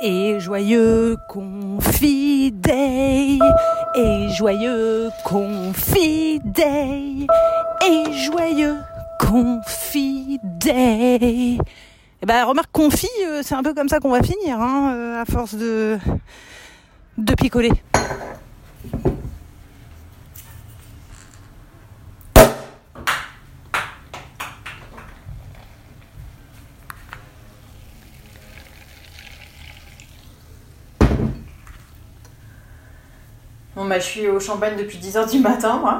Et joyeux Confi Day, et joyeux Confi Day, et joyeux Confi Day. Et ben remarque Confi, c'est un peu comme ça qu'on va finir, à force de picoler. Bon je suis au champagne depuis 10h du matin, moi.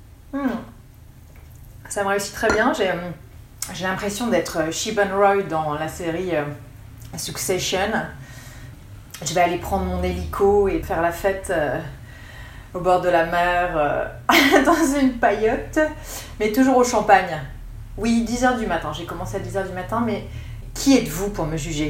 Ça me réussit très bien. J'ai l'impression d'être Siobhan Roy dans la série Succession. Je vais aller prendre mon hélico et faire la fête au bord de la mer dans une paillote, mais toujours au champagne. Oui, 10h du matin. J'ai commencé à 10h du matin, mais qui êtes-vous pour me juger ?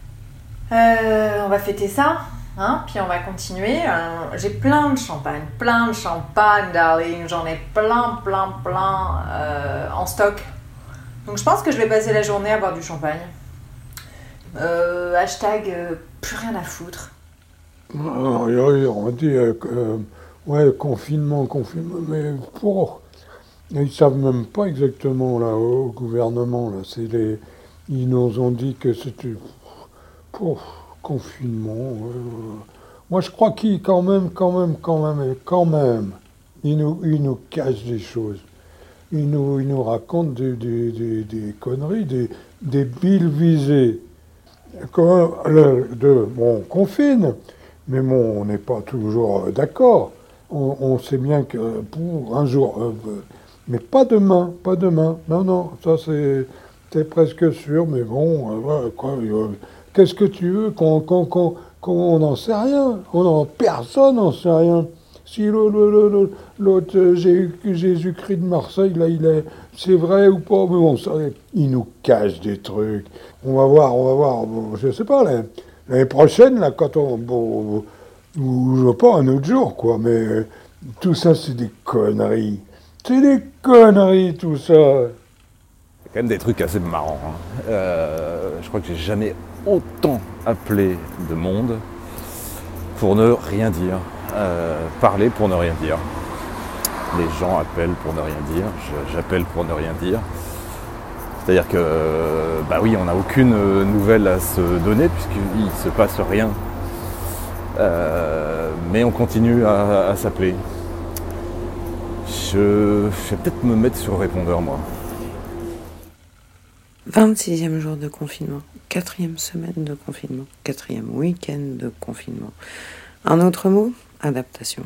On va fêter ça. Puis on va continuer. J'ai plein de champagne, darling. J'en ai plein en stock. Donc je pense que je vais passer la journée à boire du champagne. Hashtag plus rien à foutre. On dit confinement, mais ils savent même pas exactement là au gouvernement là. Ils nous ont dit que c'était confinement. Moi, je crois qu'ils quand même, ils nous cachent des choses. Ils nous racontent des conneries, des billes visées. On confine, mais on n'est pas toujours d'accord. On sait bien que pour un jour, mais pas demain. Non, ça c'est presque sûr, mais bon, qu'est-ce que tu veux qu'on n'en sait rien. Personne n'en sait rien. Si l'autre Jésus-Christ de Marseille, là, c'est vrai ou pas, mais bon, ça, il nous cache des trucs. On va voir, je sais pas, l'année prochaine, là, quand ou je sais pas, un autre jour, quoi, mais tout ça, c'est des conneries. C'est des conneries, tout ça. Il y a quand même des trucs assez marrants. Je crois que j'ai jamais autant appelé de monde pour ne rien dire. Parler pour ne rien dire. Les gens appellent pour ne rien dire, j'appelle pour ne rien dire. C'est-à-dire que, oui, on n'a aucune nouvelle à se donner puisqu'il ne se passe rien. Mais on continue à s'appeler. Je vais peut-être me mettre sur le répondeur, moi. 26e jour de confinement, 4e semaine de confinement, 4e week-end de confinement. Un autre mot ? Adaptation.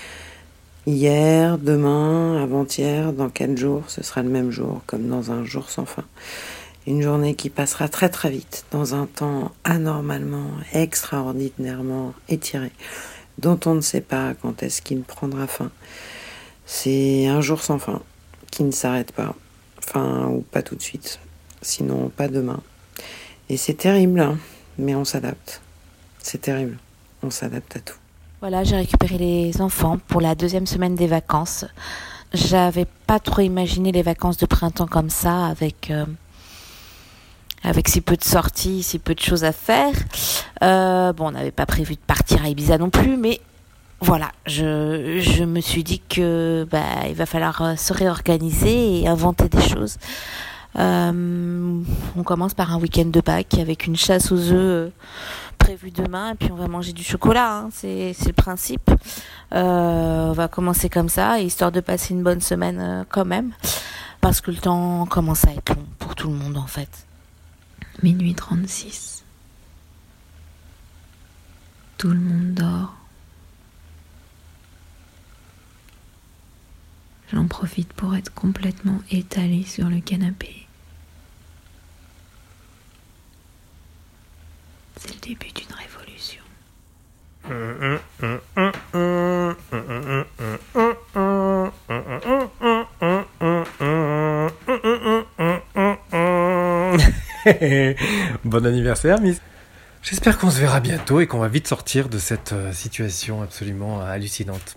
Hier, demain, avant-hier, dans 4 jours, ce sera le même jour, comme dans un jour sans fin. Une journée qui passera très très vite, dans un temps anormalement, extraordinairement étiré, dont on ne sait pas quand est-ce qu'il prendra fin. C'est un jour sans fin, qui ne s'arrête pas, ou pas tout de suite, sinon pas demain. Et c'est terrible, mais on s'adapte. C'est terrible, on s'adapte à tout. Voilà, j'ai récupéré les enfants pour la 2e semaine des vacances. J'avais pas trop imaginé les vacances de printemps comme ça, avec si peu de sorties, si peu de choses à faire. On n'avait pas prévu de partir à Ibiza non plus, mais voilà, je me suis dit que il va falloir se réorganiser et inventer des choses. On commence par un week-end de Pâques avec une chasse aux œufs prévue demain, et puis on va manger du chocolat, c'est le principe. On va commencer comme ça, histoire de passer une bonne semaine quand même, parce que le temps commence à être long pour tout le monde en fait. Minuit 36. Tout le monde dort. J'en profite pour être complètement étalée sur le canapé. C'est le début d'une révolution. Bon anniversaire, Miss. J'espère qu'on se verra bientôt et qu'on va vite sortir de cette situation absolument hallucinante.